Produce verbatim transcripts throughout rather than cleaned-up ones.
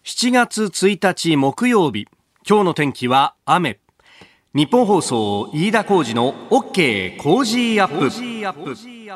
しちがつついたち木曜日、今日の天気は雨。日本放送飯田浩司の OK コージーアップ。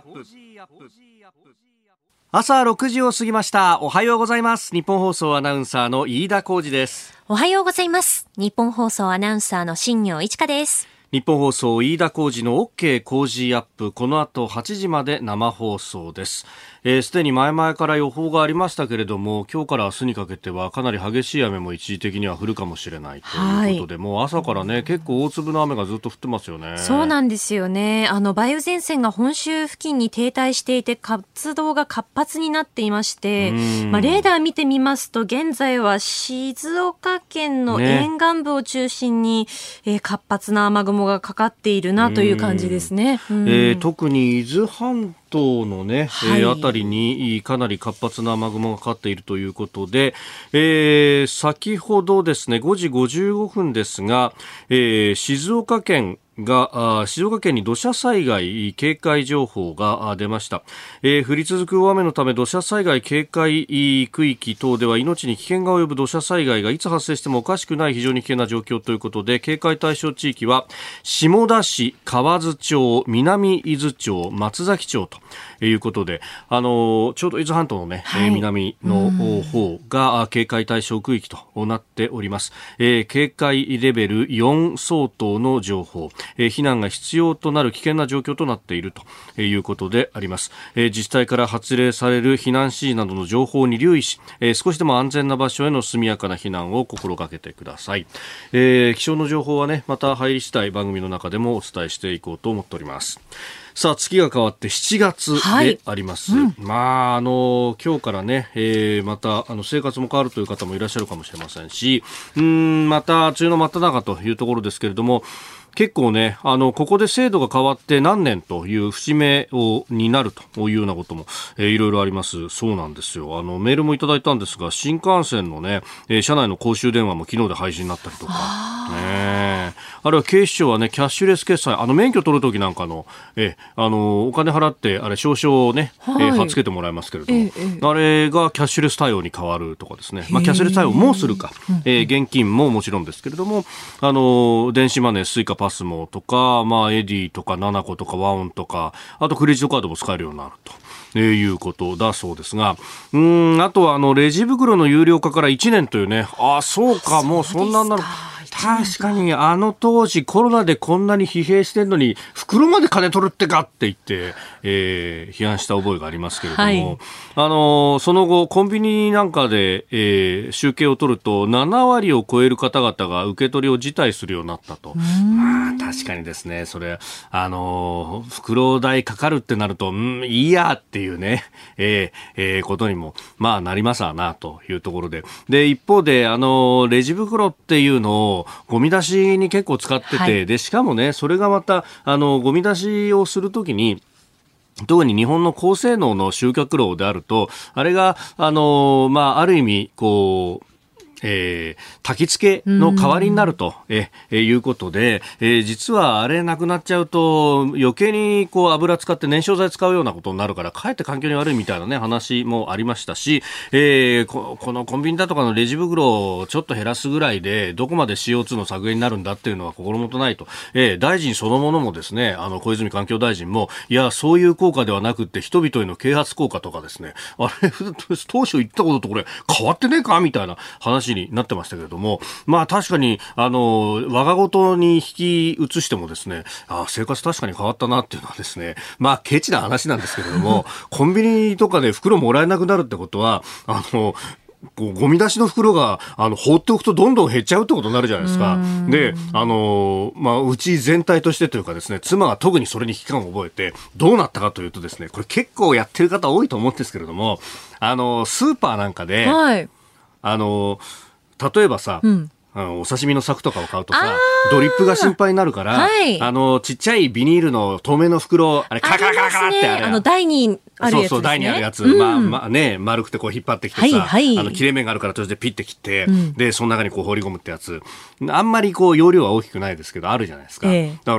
朝ろくじを過ぎました。おはようございます。日本放送アナウンサーの飯田浩司です。 おはようございます。日本放送アナウンサーの新業一華です。 日本放送飯田浩司の OK コージーアップ、この後はちじまで生放送です。えー、すでに前々から予報がありましたけれども、今日から明日にかけてはかなり激しい雨も一時的には降るかもしれないということで、はい、もう朝からね結構大粒の雨がずっと降ってますよね。 そうなんですよね。あの梅雨前線が本州付近に停滞していて活動が活発になっていまして、まあ、レーダー見てみますと現在は静岡県の沿岸部を中心に、ねえー、活発な雨雲がかかっているなという感じですね。うん、 えー、特に伊豆半島のね、はい、えー、あたりにかなり活発な雨雲がかかっているということで、えー、先ほどですねごじごじゅうごふんですが、えー、静岡県が静岡県に土砂災害警戒情報が出ました。えー、降り続く大雨のため土砂災害警戒区域等では命に危険が及ぶ土砂災害がいつ発生してもおかしくない非常に危険な状況ということで、警戒対象地域は下田市、河津町、南伊豆町、松崎町ということで、あのー、ちょうど伊豆半島のね、はい、南の方が警戒対象区域となっております。えー、警戒レベルよん相当の情報、えー、避難が必要となる危険な状況となっているということであります。えー、自治体から発令される避難指示などの情報に留意し、えー、少しでも安全な場所への速やかな避難を心がけてください。えー、気象の情報はねまた入り次第番組の中でもお伝えしていこうと思っております。さあ月が変わってしちがつであります、はい、うん、まああの今日からね、えー、またあの生活も変わるという方もいらっしゃるかもしれませんし、うーんまた梅雨の真っ只中というところですけれども、結構ねあのここで制度が変わって何年という節目をになるというようなことも、えー、いろいろあります。そうなんですよ。あのメールもいただいたんですが、新幹線のね、えー、車内の公衆電話も昨日で廃止になったりとかね、あるいは警視庁はねキャッシュレス決済、あの免許取るときなんかの、えー、あのお金払ってあれ証書をね、はい、えー、貼っつけてもらいますけれども、えー、あれがキャッシュレス対応に変わるとかですね、まあ、キャッシュレス対応もするか、えー、現金ももちろんですけれども、あの電子マネー、スイカ、パスモとか、まあ、エディとかナナコとかワオンとか、あとクレジットカードも使えるようになるということだそうですが、うーんあとはあのレジ袋の有料化からいちねんというね、あそうかもうそんなになる。確かにあの当時コロナでこんなに疲弊してるのに袋まで金取るってかって言って、えー、批判した覚えがありますけれども、はい、あのその後コンビニなんかで、えー、集計を取るとななわりを超える方々が受け取りを辞退するようになったと。まあ確かにですね、それあの袋代かかるってなるとんいいやっていうね、えーえー、ことにもまあなりますわなというところで、で一方であのレジ袋っていうのをゴミ出しに結構使ってて、はい、でしかもねそれがまたあのゴミ出しをするときに特に日本の高性能の集客炉であるとあれがあの、まあ、ある意味こうえー、焚き付けの代わりになるとええいうことで、えー、実はあれなくなっちゃうと余計にこう油使って燃焼剤使うようなことになるからかえって環境に悪いみたいなね話もありましたし、えー、こ, このコンビニだとかのレジ袋をちょっと減らすぐらいでどこまで シーオーツー の削減になるんだっていうのは心もとないと、えー、大臣そのものもですね、あの小泉環境大臣もいやそういう効果ではなくって人々への啓発効果とかですね、あれ当初言ったこととこれ変わってねえかみたいな話になってましたけれども、まあ確かにあの我が事に引き移してもですね、あ生活確かに変わったなっていうのはですね、まあケチな話なんですけれどもコンビニとかで袋もらえなくなるってことはあのこうゴミ出しの袋があの放っておくとどんどん減っちゃうってことになるじゃないですか。で、あのまあ、うち全体としてというかですね、妻が特にそれに危機感を覚えてどうなったかというとですね、これ結構やってる方多いと思うんですけれども、あのスーパーなんかで、はい、あの例えばさ、うんあのお刺身の柵とかを買うとさドリップが心配になるから、はい、あのちっちゃいビニールの透明の袋あれカラカラカラカラってあれあの台にあるやつですね。そうそう台にあるやつ、うんまあまあね、丸くてこう引っ張ってきてさ、はいはい、あの切れ目があるから途中でピッて切って、うん、でその中にこう放り込むってやつ、あんまりこう容量は大きくないですけどあるじゃないですか、えー、だから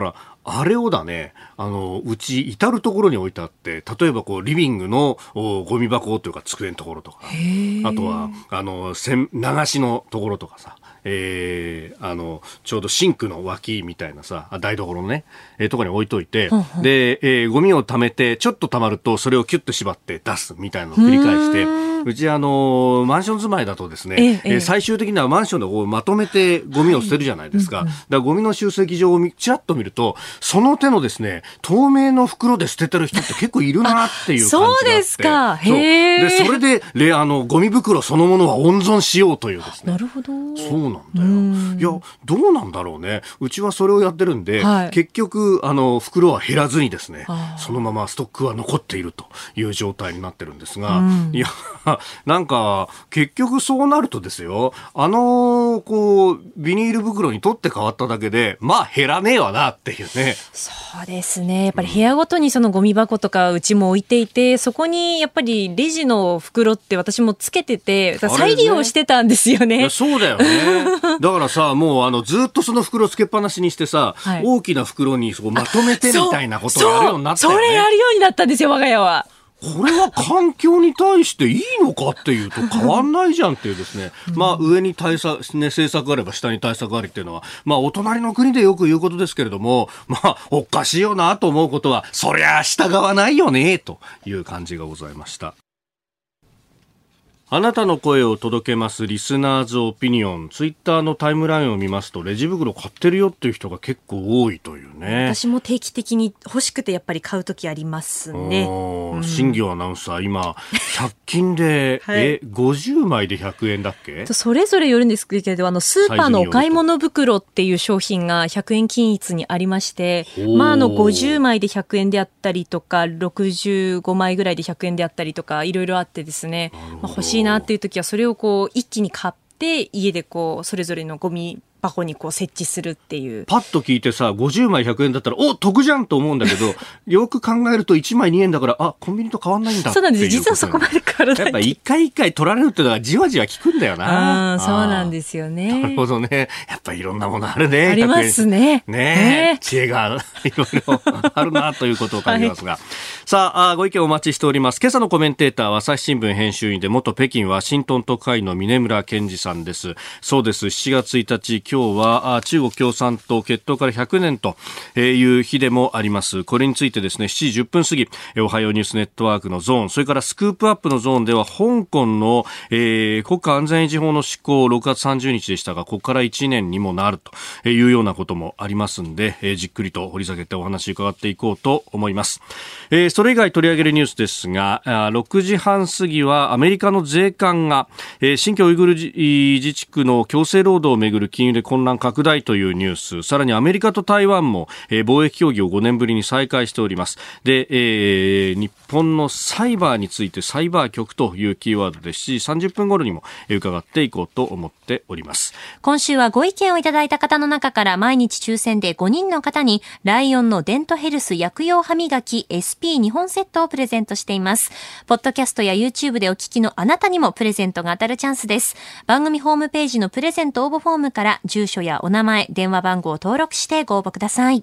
あれをだね、あのうち至るところに置いてあって、例えばこうリビングのゴミ箱というか机のところとか、あとはあの洗流しのところとかさ、えー、あのちょうどシンクの脇みたいなさ、台所のね、えー、ところに置いといて、うんうん、で、えー、ゴミを溜めてちょっと溜まるとそれをキュッと縛って出すみたいなのを繰り返して、うちあのマンション住まいだとですね、ええ、最終的にはマンションでこうまとめてゴミを捨てるじゃないですか、はい、うんうん、だからゴミの集積場をちらっと見ると、その手のですね透明の袋で捨ててる人って結構いるなっていう感じがあって、そうですか、へー、でそれでレあのゴミ袋そのものは温存しようというですね、 なるほど、 そうなんだよ。いやどうなんだろうね、うちはそれをやってるんで、はい、結局あの袋は減らずにですね、そのままストックは残っているという状態になってるんですが、うん、いやなんか結局そうなるとですよ、あのこうビニール袋に取って変わっただけでまあ減らねえわなっていうね。 そうですね、やっぱり部屋ごとにそのゴミ箱とかうちも置いていて、そこにやっぱりレジの袋って私もつけてて再利用してたんですよね。 いやそうだよねだからさ、もうあのずっとその袋つけっぱなしにしてさ、はい、大きな袋にそこまとめてみたいなことをやるようになったよね。 それやるようになったんですよ、我が家は。 これは環境に対していいのかっていうと変わんないじゃんっていうですね、まあ上に対策、ね、政策があれば下に対策ありっていうのは、まあお隣の国でよく言うことですけれども、まあおかしいよなと思うことは、そりゃ従わないよねという感じがございました。あなたの声を届けますリスナーズオピニオン。ツイッターのタイムラインを見ますと、レジ袋買ってるよっていう人が結構多いというね。 私も定期的に欲しくてやっぱり買うときありますね。 うん、新業アナウンサー今ひゃく均で、はい、えごじゅうまいでひゃくえんだっけ。 それぞれよるんですけど、あのスーパーのお買い物袋っていう商品がひゃくえん均一にありまして、まあ、あのごじゅうまいでひゃくえんであったりとか、ろくじゅうごまいぐらいでひゃくえんであったりとか、いろいろあってですね、まあ、欲しいいなっていう時はそれをこう一気に買って家でこうそれぞれのゴミ箱にこう設置するっていう。 パッと聞いてさ、ごじゅうまいひゃくえんだったらお得じゃんと思うんだけどよく考えるといちまいにえんだから、あコンビニと変わんないんだっていう。 そうなんです、実はそこまで変わらない。 やっぱ一回一回取られるっていうのがじわじわ効くんだよな。 あ、そうなんですよね。 なるほどね。やっぱりいろんなものあるね。 ありますね。 ねえ、知恵がいろいろあるなということを感じますが、はい、さあご意見お待ちしております。今朝のコメンテーターは朝日新聞編集員で元北京ワシントン特派員の峯村健二さんです。そうです、しちがつついたち、今日は中国共産党結党からひゃくねんという日でもあります。これについてですね、しちじじゅっぷん過ぎ、おはようニュースネットワークのゾーン、それからスクープアップのゾーンでは香港の、えー、国家安全維持法の施行ろくがつさんじゅうにちでしたが、ここからいちねんにもなるというようなこともありますんで、えー、じっくりと掘り下げてお話伺っていこうと思います。えー、それ以外取り上げるニュースですが、ろくじはん過ぎはアメリカの税関が、えー、新疆ウイグル自治区の強制労働をめぐる金融で混乱拡大というニュース、さらにアメリカと台湾も、えー、貿易協議をごねんぶりに再開しております。で、えー、日本のサイバーについてサイバー局というキーワードでしちじさんじゅっぷん頃にも伺っていこうと思っております。 今週はご意見をいただいた方の中から毎日抽選でごにんの方にライオンのデントヘルス薬用歯磨き エスピーに 本セットをプレゼントしています。ポッドキャストや YouTube でお聞きのあなたにもプレゼントが当たるチャンスです。番組ホームページのプレゼント応募フォームから住所やお名前、電話番号を登録してご応募ください。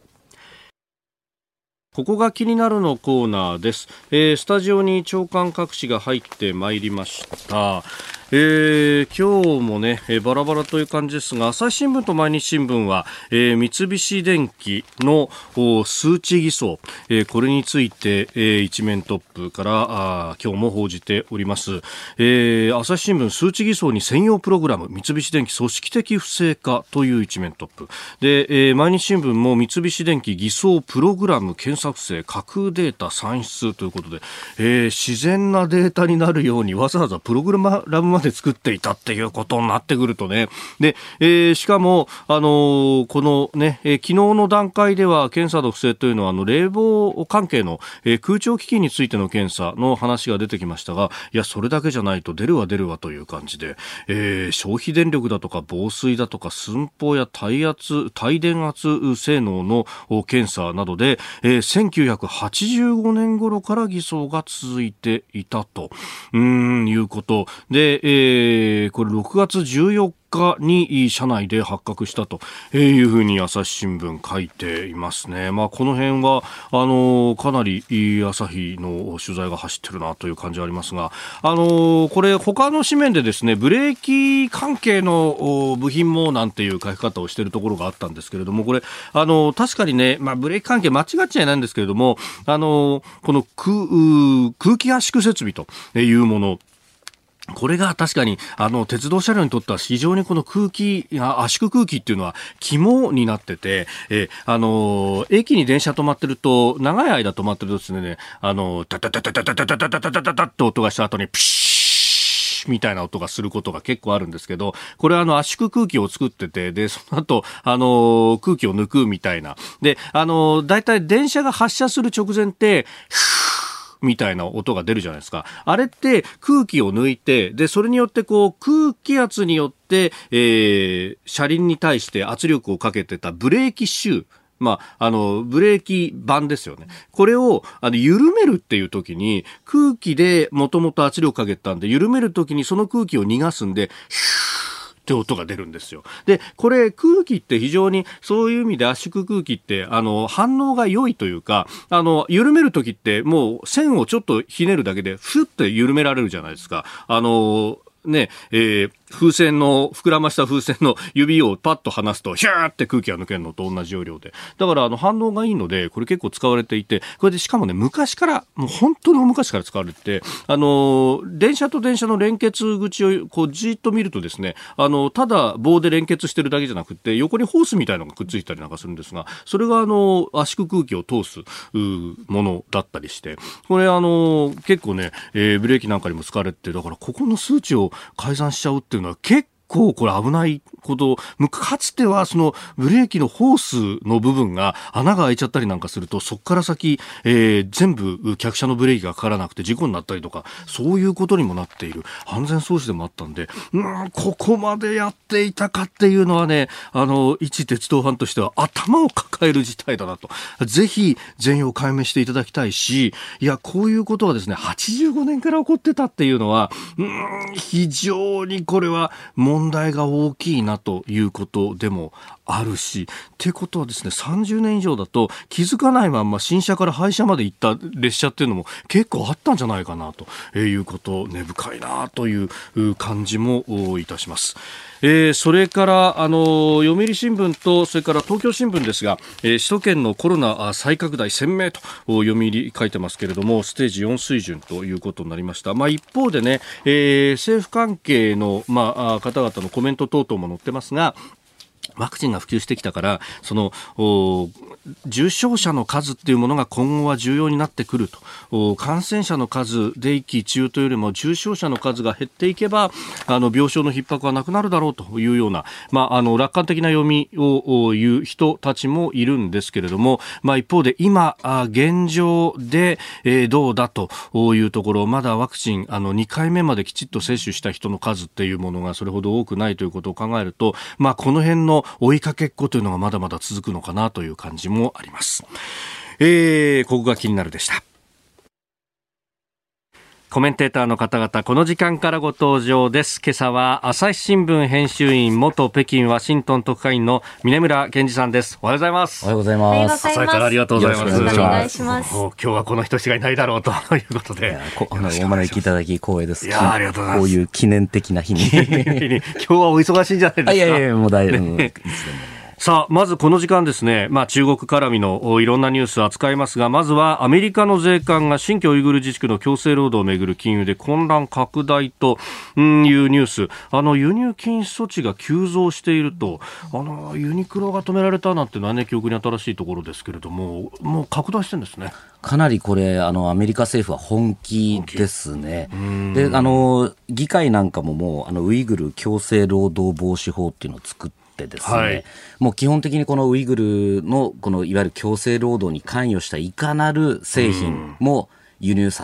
ここが気になるのコーナーです。えー、スタジオに長官各紙が入ってまいりました。えー、今日もね、えー、バラバラという感じですが、朝日新聞と毎日新聞は、えー、三菱電機の数値偽装、えー、これについて、えー、一面トップからあ今日も報じております。えー、朝日新聞数値偽装に専用プログラム、三菱電機組織的不正かという一面トップで、えー、毎日新聞も三菱電機偽装プログラム検索不正、架空データ算出ということで、えー、自然なデータになるようにわざわざプログラムまで作っていたっていうことになってくるとね。で、えー、しかも、あのー、このね、えー、昨日の段階では検査の不正というのは、あの、冷房関係の、えー、空調機器についての検査の話が出てきましたが、いや、それだけじゃないと出るわ出るわという感じで、えー、消費電力だとか防水だとか寸法や耐圧、耐電圧性能の検査などで、えー、せんきゅうひゃくはちじゅうごねん頃から偽装が続いていたと、うーん、いうことで、 えー、これろくがつじゅうよっかに社内で発覚したというふうに朝日新聞書いていますね。まあ、この辺はあのかなり朝日の取材が走ってるなという感じはありますが、あのこれ他の紙面でですねブレーキ関係の部品もなんていう書き方をしているところがあったんですけれども、これあの確かにね、まあ、ブレーキ関係間違っちゃいないんですけれども、あのこの 空, 空気圧縮設備というもの、これが確かにあの鉄道車両にとっては非常にこの空気圧縮空気っていうのは肝になってて、えあの駅に電車止まってると長い間止まってるとですね、あのタタタタタタタタタタタタタタって音がした後にプシーみたいな音がすることが結構あるんですけど、これはあの圧縮空気を作ってて、でその後あの空気を抜くみたいなで、あのだいたい電車が発車する直前ってみたいな音が出るじゃないですか。あれって空気を抜いて、でそれによってこう空気圧によって、えー、車輪に対して圧力をかけてたブレーキシュー、まあ、あのブレーキ板ですよね。これをあの緩めるっていう時に空気でもともと圧力かけてたんで、緩める時にその空気を逃がすんでヒューって音が出るんですよ。で、これ空気って非常にそういう意味で圧縮空気ってあの反応が良いというか、あの緩める時ってもう線をちょっとひねるだけでフッて緩められるじゃないですか。あのね、えー風船の膨らました風船の指をパッと離すとヒューって空気が抜けるのと同じ要領で、だからあの反応がいいのでこれ結構使われていて、これでしかもね昔からもう本当に昔から使われてて、あの電車と電車の連結口をこうじっと見るとですね、あのただ棒で連結してるだけじゃなくて横にホースみたいなのがくっついたりなんかするんですが、それがあの圧縮空気を通すものだったりして、これあの結構ね、えー、ブレーキなんかにも使われて、だからここの数値を改ざんしちゃうっていうのは結構これ危ないこと、かつてはそのブレーキのホースの部分が穴が開いちゃったりなんかすると、そこから先、えー、全部客車のブレーキがかからなくて事故になったりとか、そういうことにもなっている安全装置でもあったんで、うーんここまでやっていたかっていうのはね、あの一鉄道ファンとしては頭を抱える事態だなと、ぜひ全容解明していただきたいし、いやこういうことがですねはちじゅうごねんから起こってたっていうのは、うーん非常にこれは問題が大きいなということでもあるし、ってことはですねさんじゅうねん以上だと気づかないまんま新車から廃車まで行った列車っていうのも結構あったんじゃないかなということ、根深いなという感じもいたします。えー、それからあの読売新聞とそれから東京新聞ですが、えー、首都圏のコロナ再拡大鮮明と読売書いてますけれども、ステージよん水準ということになりました。まあ、一方でね、えー、政府関係の、まあ、方々のコメント等々も載ってますが、ワクチンが普及してきたからその重症者の数っていうものが今後は重要になってくると、感染者の数で一喜一憂というよりも重症者の数が減っていけばあの病床の逼迫はなくなるだろうというような、まあ、あの楽観的な読みを言う人たちもいるんですけれども、まあ、一方で今現状で、えー、どうだというところ、まだワクチンあのにかいめまできちっと接種した人の数っていうものがそれほど多くないということを考えると、まあ、この辺の追いかけっこというのがまだまだ続くのかなという感じもあります。えー、ここが気になるでした。コメンテーターの方々、この時間からご登場です。今朝は朝日新聞編集員、元北京ワシントン特派員の峯村健二さんです。おはようございます。 おはようございます。 朝からありがとうございます。 よろしくお願いします。 今日はこの人しかいないだろうということで、 お招きいただき光栄です。 いやありがとうございます。 こういう記念的な日に今日はお忙しいんじゃないですか。 いやいやもう大丈夫、ね、 さあまずこの時間ですね、まあ、中国絡みのいろんなニュースを扱いますが、まずはアメリカの税関が新疆ウイグル自治区の強制労働をめぐる禁輸で混乱拡大というニュース、あの輸入禁止措置が急増していると、あのユニクロが止められたなんてのはね記憶に新しいところですけれども、もう拡大してるんですね。 かなりこれあのアメリカ政府は本気ですね。であの議会なんかももうあのウイグル強制労働防止法っていうのを作ってですね、はい、もう基本的にこのウイグルのこのいわゆる強制労働に関与したいかなる製品も輸入させないっ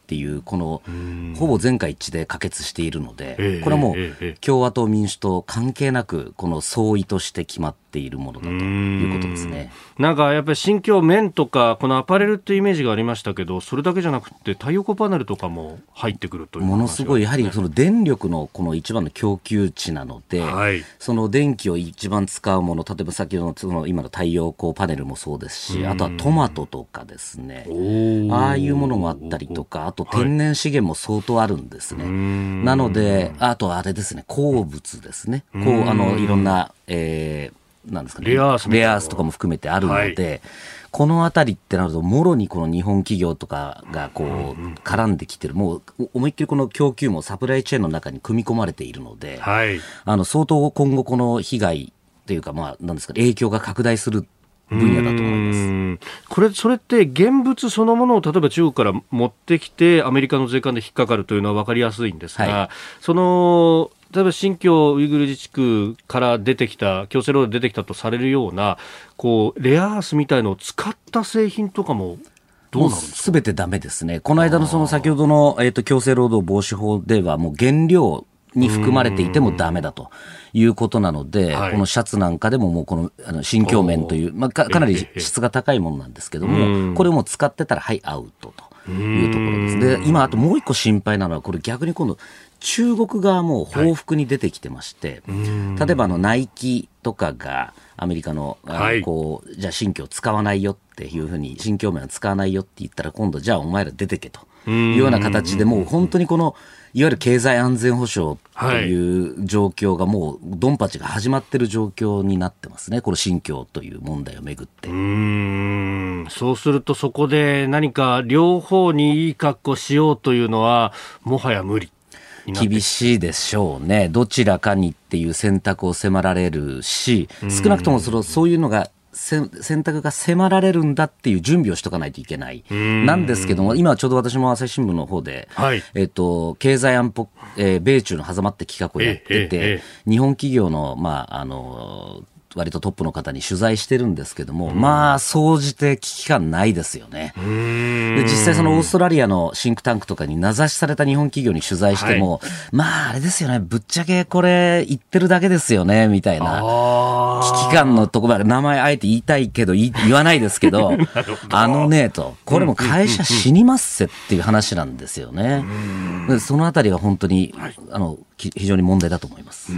っていうこのほぼ全会一致で可決しているので、これはもう共和党民主党関係なくこの総意として決まっているものだということですね。 なんかやっぱり新疆綿とかこのアパレルっていうイメージがありましたけど、それだけじゃなくて太陽光パネルとかも入ってくるという、ね、 ものすごいやはりその電力のこの一番の供給地なので、はい、その電気を一番使うもの、例えば先ほどのその今の太陽光パネルもそうですし、あとはトマトとかですね、ああいうものもあったりとか、あと天然資源も相当あるんですね。はい、なのであとあれですね、鉱物ですね、こうあのいろんな、えーなんですかね、 レアアースレアアースとかも含めてあるので、はい、このあたりってなるともろにこの日本企業とかがこう絡んできてる、もう思いっきりこの供給もサプライチェーンの中に組み込まれているので、はい、あの相当今後この被害というか、まあなんですか、影響が拡大する分野だと思います。 うん、これそれって現物そのものを例えば中国から持ってきてアメリカの税関で引っかかるというのは分かりやすいんですが、はい、その例えば新疆ウイグル自治区から出てきた強制労働で出てきたとされるようなこうレアアースみたいのを使った製品とかもどうなるんですか？ すべてダメですね。この間のその先ほどの、えーと、強制労働防止法ではもう原料に含まれていてもダメだということなので、このシャツなんかでももうこの、あの新疆綿という、まあ、か, かなり質が高いものなんですけども、これをもう使ってたらはいアウトというところです。で今あともう一個心配なのは、これ逆に今度中国側も報復に出てきてまして、はい、例えばあのナイキとかがアメリカの、あのこう、はい、じゃあ新疆使わないよっていうふうに、新疆綿は使わないよって言ったら、今度じゃあお前ら出てけというような形で、もう本当にこのいわゆる経済安全保障という状況がもうドンパチが始まっている状況になってますね、この新疆という問題をめぐって。 うーん、そうするとそこで何か両方にいい格好しようというのはもはや無理。 厳しいでしょうね。どちらかにっていう選択を迫られるし、少なくともそのそういうのが選択が迫られるんだっていう準備をしとかないといけないなんですけども、今ちょうど私も朝日新聞の方で、はい、えっと、経済安保、えー、米中の狭間って企画をやってて、ええええ、日本企業の、まあ、あの割とトップの方に取材してるんですけども、まあ総じて危機感ないですよね。で実際そのオーストラリアのシンクタンクとかに名指しされた日本企業に取材しても、はい、まああれですよね、ぶっちゃけこれ言ってるだけですよねみたいな危機感のところ、名前あえて言いたいけど言わないですけどあのねと、これも会社死にますせっていう話なんですよね。でそのあたりが本当に、はい、あの非常に問題だと思います。 うん、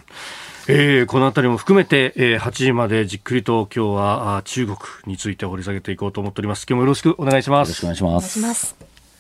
えー、このあたりも含めて、えー、はちじまでじっくりと今日は中国について掘り下げていこうと思っております。今日もよろしくお願いします。 よろしくお願いします。 お願いします。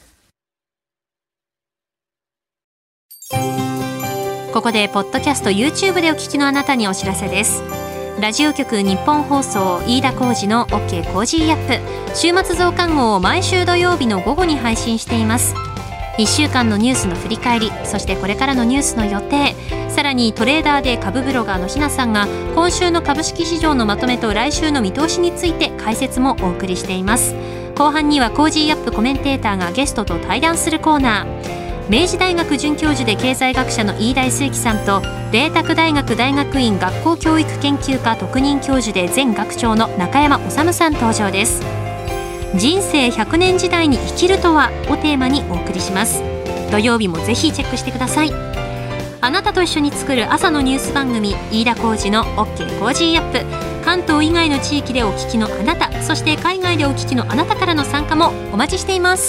ここでポッドキャスト YouTube でお聞きのあなたにお知らせです。ラジオ局日本放送飯田浩司の OK コージーアップ週末増刊号を毎週土曜日の午後に配信しています。いっしゅうかんのニュースの振り返り、そしてこれからのニュースの予定、さらにトレーダーで株ブロガーのひなさんが今週の株式市場のまとめと来週の見通しについて解説もお送りしています。後半にはコージーアップコメンテーターがゲストと対談するコーナー、明治大学准教授で経済学者の飯田康之さんと麗澤大学大学院学校教育研究科特任教授で前学長の中山修さん登場です。人生ひゃくねん時代に生きるとはをテーマにお送りします。土曜日もぜひチェックしてください。あなたと一緒に作る朝のニュース番組飯田浩司の OK コージーアップ、関東以外の地域でお聞きのあなた、そして海外でお聞きのあなたからの参加もお待ちしています。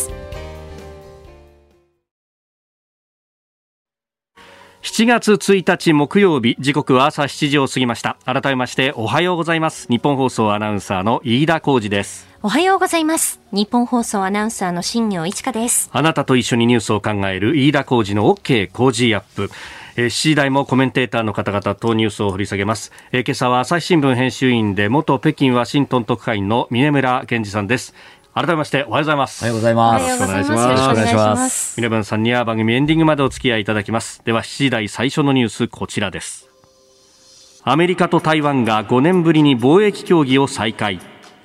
しちがつついたち木曜日、時刻は朝しちじを過ぎました。改めましておはようございます。日本放送アナウンサーの飯田浩司です。 おはようございます。日本放送アナウンサーの新業一華です。 あなたと一緒にニュースを考える飯田浩司の OK コージーアップ、えー、しちじ台もコメンテーターの方々とニュースを掘り下げます。えー、今朝は朝日新聞編集員で元北京ワシントン特派員の峰村健二さんです。改めましておはようございます。 おはようございます。 よろしくお願いします。 よろしくお願いします。 峰村さんには番組エンディングまでお付き合いいただきます。ではしちじ台最初のニュース、こちらです。アメリカと台湾がごねんぶりに貿易協議を再開。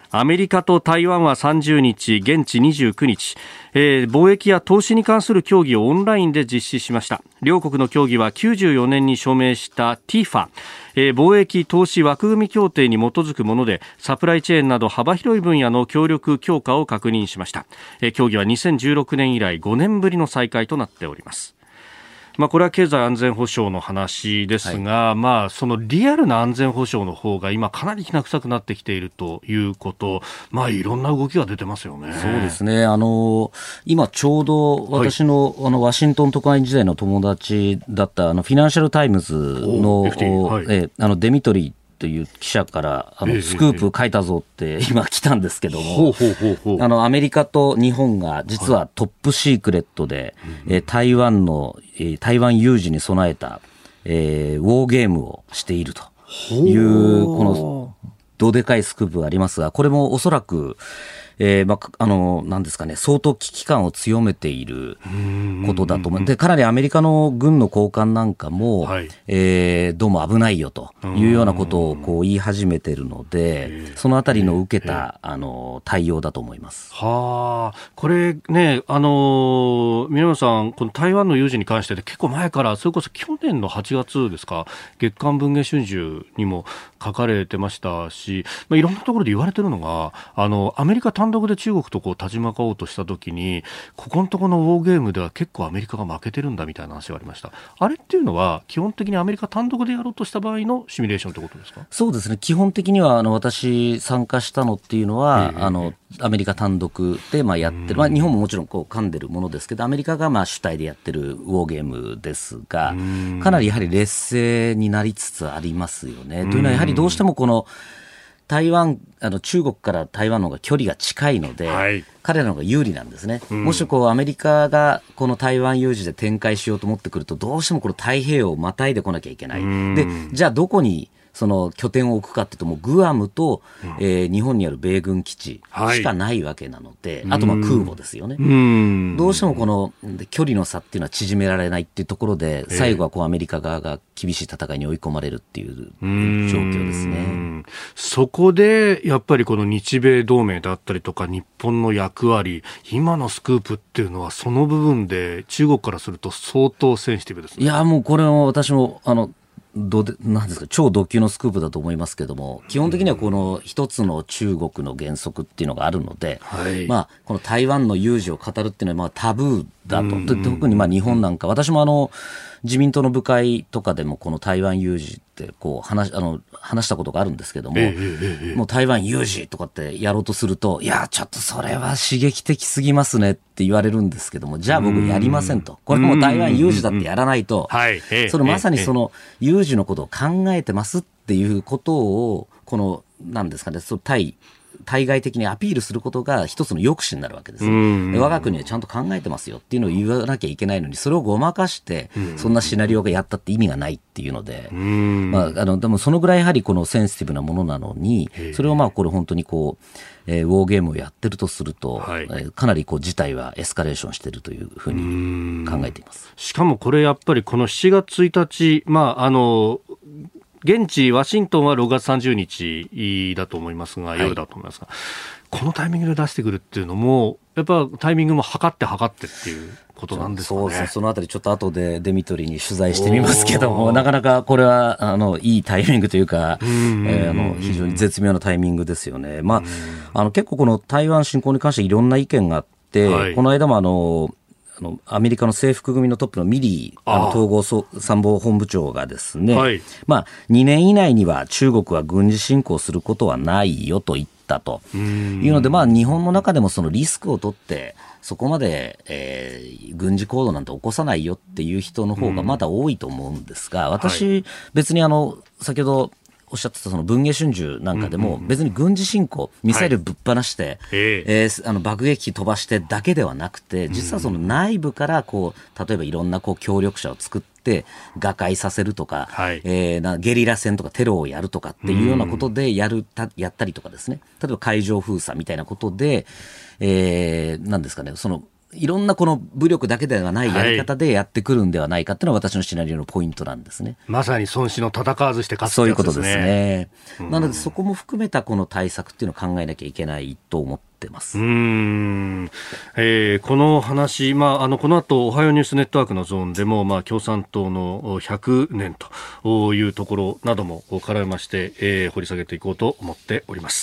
アメリカと台湾はさんじゅうにち、現地にじゅうくにち、えー、貿易や投資に関する協議をオンラインで実施しました。両国の協議はきゅうじゅうよねんに署名した ティーファ、えー、貿易投資枠組み協定に基づくもので、サプライチェーンなど幅広い分野の協力強化を確認しました。えー、協議はにせんじゅうろくねん以来ごねんぶりの再開となっております。まあ、これは経済安全保障の話ですが、はい、まあ、そのリアルな安全保障の方が今かなりきな臭くなってきているということ、まあ、いろんな動きが出てますよね。 そうですね。あの今ちょうど私 の,、はい、あのワシントン特派員時代の友達だったあのフィナンシャルタイムズ の,、はい、えあのデミトリーという記者からあのスクープ書いたぞって今来たんですけども、あのアメリカと日本が実はトップシークレットで、はい、台湾の台湾有事に備えた、えー、ウォーゲームをしているというこのどでかいスクープがありますが、これもおそらくえーまあ、あの何ですかね、相当危機感を強めていることだと思う。で、かなりアメリカの軍の高官なんかも、はい、えー、どうも危ないよというようなことをこう言い始めているので、そのあたりの受けたあの対応だと思います。 はあ、これね、あの宮本さん、この台湾の有事に関してで結構前から、それこそ去年のはちがつですか、月刊文藝春秋にも書かれてましたし、まあ、いろんなところで言われてるのが、あのアメリカ単独で中国とこう立ち向かおうとしたときに、ここのところのウォーゲームでは結構アメリカが負けてるんだみたいな話がありました。あれっていうのは基本的にアメリカ単独でやろうとした場合のシミュレーションってことですか？ そうですね。基本的にはあの私参加したのっていうのは、えー、あのアメリカ単独でまあやってる、まあ、日本ももちろんこう噛んでるものですけど、アメリカがまあ主体でやってるウォーゲームですが、かなりやはり劣勢になりつつありますよね。というのはやはりどうしてもこの台湾、あの中国から台湾の方が距離が近いので、はい、彼らの方が有利なんですね。うん、もしこうアメリカがこの台湾有事で展開しようと思ってくると、どうしてもこの太平洋をまたいでこなきゃいけない。で、じゃあどこにその拠点を置くかっていうと、もうグアムと、うんえー、日本にある米軍基地しかないわけなので、はい、あとまあ空母ですよね。うんどうしてもこの距離の差っていうのは縮められないっていうところで、最後はこうアメリカ側が厳しい戦いに追い込まれるっていう状況ですね。 そこでやっぱりこの日米同盟だったりとか日本の役割、今のスクープっていうのはその部分で中国からすると相当センシティブですね。 いやもうこれも私もあのどでなんですか、超ド級のスクープだと思いますけども、基本的にはこの一つの中国の原則っていうのがあるので、はいまあ、この台湾の有事を語るっていうのはまあタブーだと。で特にまあ日本なんか、私もあの自民党の部会とかでもこの台湾有事ってこう 話, あの話したことがあるんですけども、えー、もう台湾有事とかってやろうとすると、いやちょっとそれは刺激的すぎますねって言われるんですけども、じゃあ僕やりませんと。これも台湾有事だってやらないと、そのまさにその有事のことを考えてますっていうことを、このなんですかね、そう対対外的にアピールすることが一つの抑止になるわけです。我が国はちゃんと考えてますよっていうのを言わなきゃいけないのに、それをごまかしてそんなシナリオがやったって意味がないっていうので、まあ、あのでもそのぐらいやはりこのセンシティブなものなのに、それをまあこれ本当にこう、えー、ウォーゲームをやってるとすると、はいえー、かなりこう事態はエスカレーションしているというふうに考えています。 しかもこれやっぱりこのしちがつついたち、まああの現地ワシントンはろくがつさんじゅうにちだと思いますが、夜だと思いますが、はい、このタイミングで出してくるっていうのもやっぱタイミングも測って測ってっていうことなんですかね。 そうですね。そのあたりちょっと後でデミトリーに取材してみますけども、なかなかこれはあのいいタイミングというか、えー、あの非常に絶妙なタイミングですよね。まあ、あの結構この台湾侵攻に関していろんな意見があって、はい、この間もあのあのアメリカの制服組のトップのミリーあの統合参謀本部長がですね、はいまあ、にねん以内には中国は軍事侵攻することはないよと言ったというので、まあ、日本の中でもそのリスクを取ってそこまで、えー、軍事行動なんて起こさないよっていう人の方がまだ多いと思うんですが、私別にあの先ほどおっしゃってたその文藝春秋なんかでも別に軍事侵攻、ミサイルぶっ放して、はいえー、あの爆撃機飛ばしてだけではなくて、実はその内部からこう例えばいろんなこう協力者を作って瓦解させるとか、はいえー、なゲリラ戦とかテロをやるとかっていうようなことでやるたやったりとかですね、例えば海上封鎖みたいなことで、えー、なんですかね、そのいろんなこの武力だけではないやり方でやってくるんではないかっていうのが私のシナリオのポイントなんですね。 まさに孫子の戦わずして勝つそういうってやつですね。 ことですね。 うん、 なのでそこも含めたこの対策っていうのを考えなきゃいけないと思ってます。 うーん、えー、この話、まあ、あのこの後おはようニュースネットワークのゾーンでも、まあ、共産党のひゃくねんというところなども絡めまして、えー、掘り下げていこうと思っております。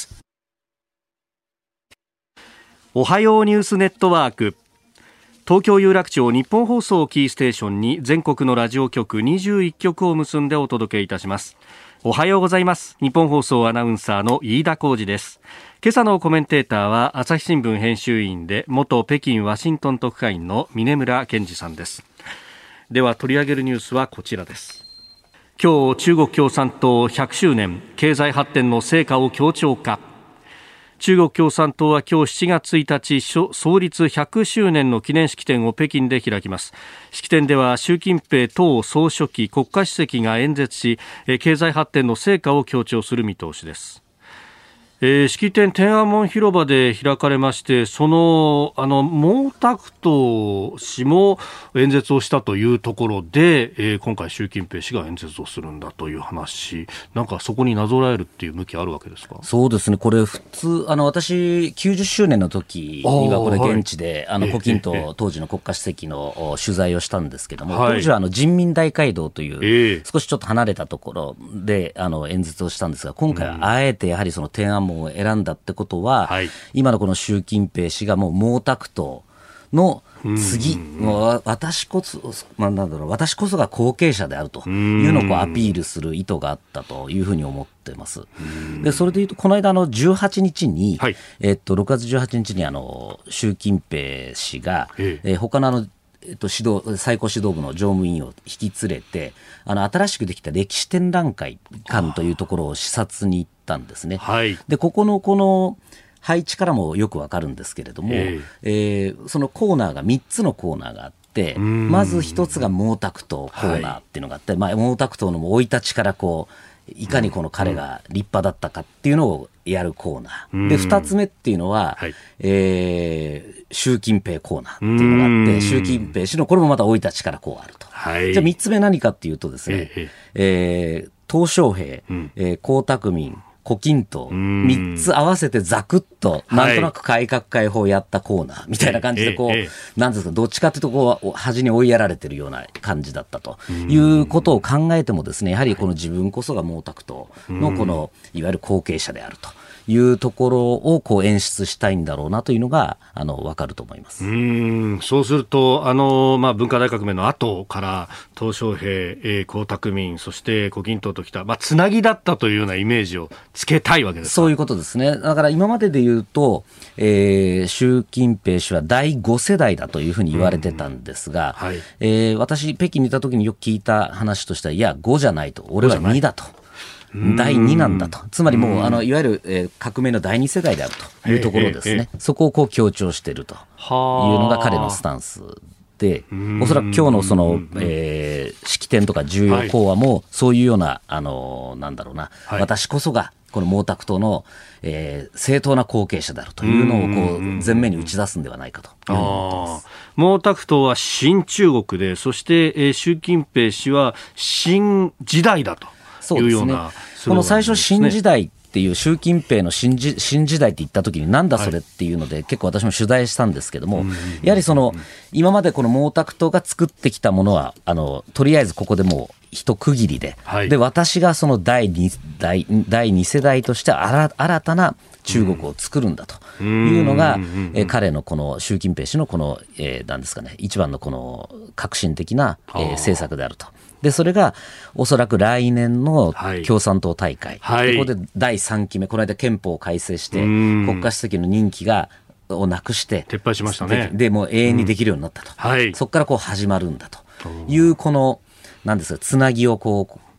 おはようニュースネットワーク、東京有楽町日本放送をキーステーションに全国のラジオ局にじゅういっきょくを結んでお届けいたします。おはようございます。日本放送アナウンサーの飯田浩司です。今朝のコメンテーターは朝日新聞編集員で元北京ワシントン特派員の峯村健二さんです。では取り上げるニュースはこちらです。今日中国共産党ひゃくしゅうねん経済発展の成果を強調か。中国共産党は今日しちがつついたち創立ひゃくしゅうねんの記念式典を北京で開きます。式典では習近平党総書記国家主席が演説し、経済発展の成果を強調する見通しです。えー、式典天安門広場で開かれまして、そのあの毛沢東氏も演説をしたというところで、えー、今回習近平氏が演説をするんだという話、なんかそこになぞらえるっていう向きあるわけですか。 そうですね、これ普通あの私きゅうじゅっしゅうねんの時にはこれ現地で、はい、あの胡錦涛当時の国家主席の取材をしたんですけども、はい、当時はあの人民大会堂という、えー、少しちょっと離れたところであの演説をしたんですが、今回はあえてやはりその天安門を選んだってことは、はい、今のこの習近平氏がもう毛沢東の次、もう私こそ、まあ、なんだろう、私こそが後継者であるというのをこうアピールする意図があったというふうに思ってます。でそれでいうと、この間のじゅうはちにちに、はい、えっとろくがつじゅうはちにちにあの習近平氏が、えええー、他のあのえっと、指導最高指導部の常務委員を引き連れて、あの新しくできた歴史展覧会館というところを視察に行ったんですね。はい、でここのこの配置からもよくわかるんですけれども、えーえー、そのコーナーがみっつのコーナーがあって、まずひとつが毛沢東コーナーっていうのがあって、はい、まあ、毛沢東の生い立ちからこういかにこの彼が立派だったかっていうのをやるコーナーで、ふたつめっていうのは、はい、えー、習近平コーナーっていうのがあって、習近平氏のこれもまた生い立ちからこうあると、はい、じゃあみっつめ何かっていうとですね、ええー、鄧小平、うんえー、江沢民、胡錦涛みっつ合わせてざくっとなんとなく改革開放をやったコーナーみたいな感じでこう、はい、なんですか、どっちかというとこう端に追いやられてるような感じだったということを考えてもですね、やはりこの自分こそが毛沢東のこのいわゆる後継者であるというところをこう演出したいんだろうなというのがあの分かると思います。 うーん、そうするとあの、まあ、文化大革命の後から鄧小平、えー、江沢民、そして胡錦涛ときた、まあ、つなぎだったというようなイメージをつけたいわけですか。 そういうことですね。だから今までで言うと、えー、習近平氏はだいごせだいだというふうに言われてたんですが、はい、えー、私北京にいた時によく聞いた話としては、いやごじゃないと、俺はにだと、だいになんだと、つまりもうあのいわゆる、えー、革命のだいにせだいであるというところですね。そこをこう強調しているというのが彼のスタンスで、おそらく今日のその、えー、式典とか重要講話もそういうような、あのなんだろうな、はい、私こそがこの毛沢東の、えー、正当な後継者であるというのをこう前面に打ち出すんではないかというふうに思っています。 毛沢東は新中国で、そして、えー、習近平氏は新時代だというような、 この最初新時代っていう習近平の 新, 時新時代って言った時になんだそれっていうので、はい、結構私も取材したんですけども、やはりその今までこの毛沢東が作ってきたものはあのとりあえずここでもう一区切りで、はい、で私がその第 2, 第, 第2世代として新たな中国を作るんだというのが、えー、彼のこの習近平氏のこの、えー、なんですかね、一番のこの革新的な、えー、政策であると。でそれがおそらく来年の共産党大会、はい、ここでだいさんきめ、この間憲法を改正して国家主席の任期がをなくして撤廃しましたね。 で, でもう永遠にできるようになったと、うん、はい、そこからこう始まるんだというこのなんですか、つなぎをこう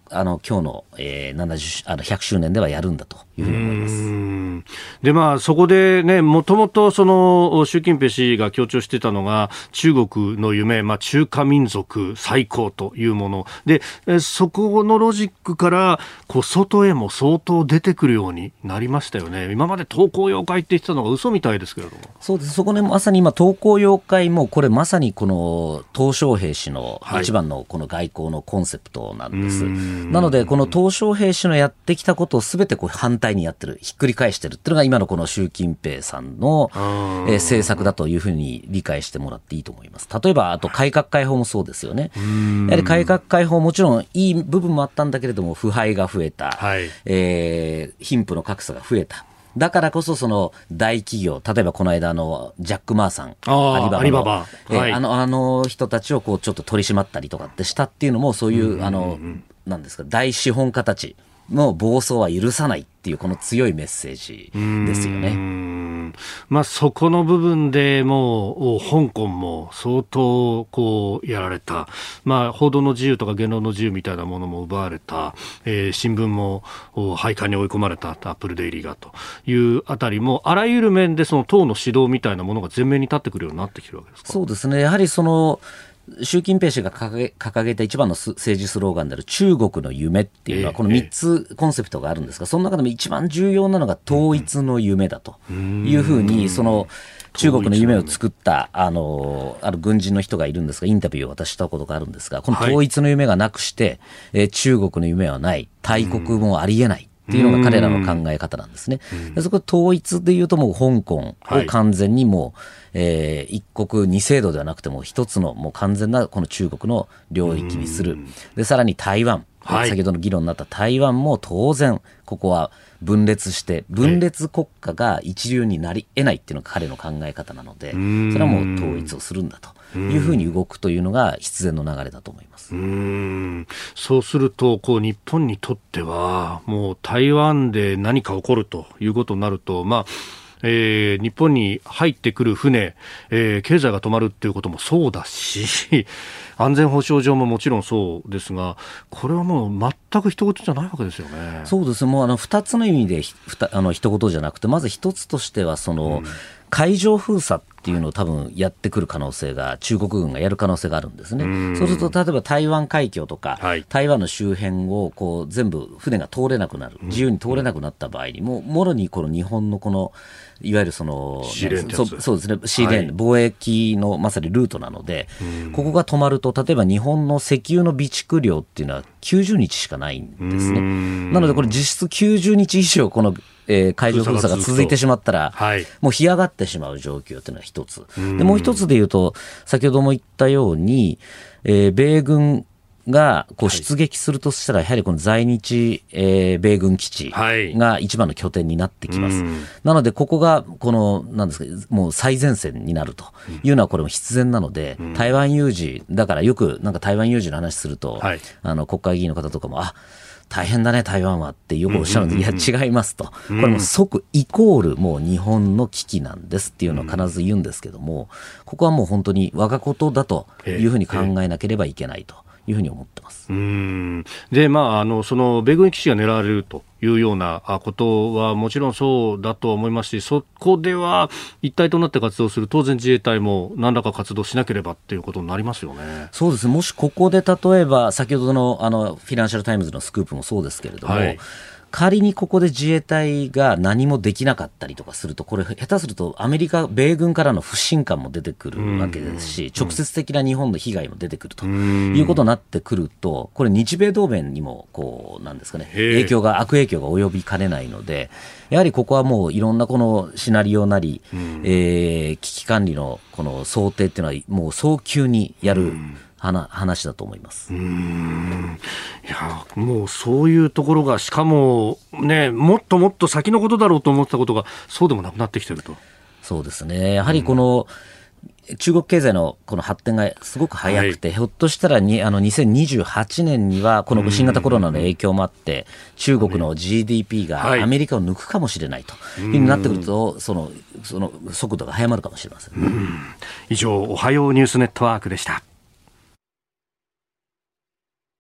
あの今日の、えー、ななじゅうあのひゃくしゅうねんではやるんだというふうに思います。 うーんで、まあ、そこでね、もともとその習近平氏が強調してたのが中国の夢、まあ、中華民族最高というもので、そこのロジックからこう外へも相当出てくるようになりましたよね。今まで韜光養晦って言ってたのが嘘みたいですけれども。 そうです。そこね、まさに今韜光養晦もこれまさにこの鄧小平氏の一番のこの外交のコンセプトなんです、はい、なのでこの鄧小平氏のやってきたことをすべてこう反対にやってる、ひっくり返してるっていうのが今のこの習近平さんの、えー、政策だというふうに理解してもらっていいと思います。例えばあと改革開放もそうですよね。やはり改革開放もちろんいい部分もあったんだけれども腐敗が増えた、はい、えー、貧富の格差が増えた。だからこそその大企業、例えばこの間のジャック・マーさん、アリババの、アリババ、はい、えー、あの、あの人たちをこうちょっと取り締まったりとかってしたっていうのもそういう、うんうんうん、あの、なんですか、大資本家たちの暴走は許さないっていうこの強いメッセージですよね。うーん、まあ、そこの部分でもう香港も相当こうやられた、まあ、報道の自由とか言論の自由みたいなものも奪われた、えー、新聞も廃刊に追い込まれたアップルデイリーがというあたりもあらゆる面でその党の指導みたいなものが前面に立ってくるようになってきてるわけですか。 そうですね。やはりその習近平氏が掲げ、掲げた一番の政治スローガンである中国の夢っていうのはこのみっつコンセプトがあるんですが、その中でも一番重要なのが統一の夢だというふうに、その中国の夢を作ったあのある軍人の人がいるんですが、インタビューを私したことがあるんですが、この統一の夢がなくして、えー、中国の夢はない、大国もありえないっていうのが彼らの考え方なんですね。でそこ統一でいうともう香港を完全にもう、はい、えー、一国二制度ではなくても一つのもう完全なこの中国の領域にする。でさらに台湾、はい、先ほどの議論になった台湾も当然ここは分裂して分裂国家が一流になり得ないっていうのが彼の考え方なので、それはもう統一をするんだというふうに動くというのが必然の流れだと思います。 うーん、そうするとこう日本にとってはもう台湾で何か起こるということになると、まあえー、日本に入ってくる船、えー、経済が止まるっていうこともそうだし安全保障上ももちろんそうですが、これはもう全く一言じゃないわけですよね。 そうです。もうあのふたつの意味でふたあの一言じゃなくて、まず一つとしてはその、うん、海上封鎖っていうのを多分やってくる可能性が中国軍がやる可能性があるんですね。うそうすると例えば台湾海峡とか、はい、台湾の周辺をこう全部船が通れなくなる、自由に通れなくなった場合にも、もろにこの日本のこのいわゆるそのシーレーンってやつ、 そそうですね、シーレーン、はい、貿易のまさにルートなので、ここが止まると例えば日本の石油の備蓄量っていうのはきゅうじゅうにちしかないんですね。なのでこれ実質きゅうじゅうにち以上このえー、海上封鎖が続いてしまったら、はい、もう干上がってしまう状況というのが一つで、もう一つでいうと先ほども言ったように、えー、米軍がこう出撃するとしたら、やはりこの在日、えー、米軍基地が一番の拠点になってきます、はい、なのでここがこのなんですか、もう最前線になるというのはこれも必然なので、うん、台湾有事だからよくなんか台湾有事の話すると、はい、あの国会議員の方とかもあ大変だね台湾はってよくおっしゃるんで、いや違いますと、これも即イコールもう日本の危機なんですっていうのを必ず言うんですけども、ここはもう本当に我がことだというふうに考えなければいけないというふうに思ってます。 うーんで、まあ、あのその米軍基地が狙われるというようなことはもちろんそうだと思いますし、そこでは一体となって活動する当然自衛隊も何らか活動しなければっていうことになりますよね。 そうです。もしここで例えば先ほど の, あのフィナンシャルタイムズのスクープもそうですけれども、はい、仮にここで自衛隊が何もできなかったりとかすると、これ下手するとアメリカ米軍からの不信感も出てくるわけですし、直接的な日本の被害も出てくるということになってくると、これ日米同盟にもこうなんですかね、影響が悪影響が及びかねないので、やはりここはもういろんなこのシナリオなり、えー、危機管理のこの想定っていうのはもう早急にやる話だと思います。 うーん、いやもうそういうところがしかも、ね、もっともっと先のことだろうと思ったことがそうでもなくなってきてると。 そうですね。やはりこの、うん、中国経済のこの発展がすごく早くて、はい、ひょっとしたらにあのにせんにじゅうはちねんにはこの新型コロナの影響もあって、うん、中国の ジーディーピー がアメリカを抜くかもしれないというふうになってくると、うん、その、その速度が速まるかもしれません、うん、 以上おはようニュースネットワークでした。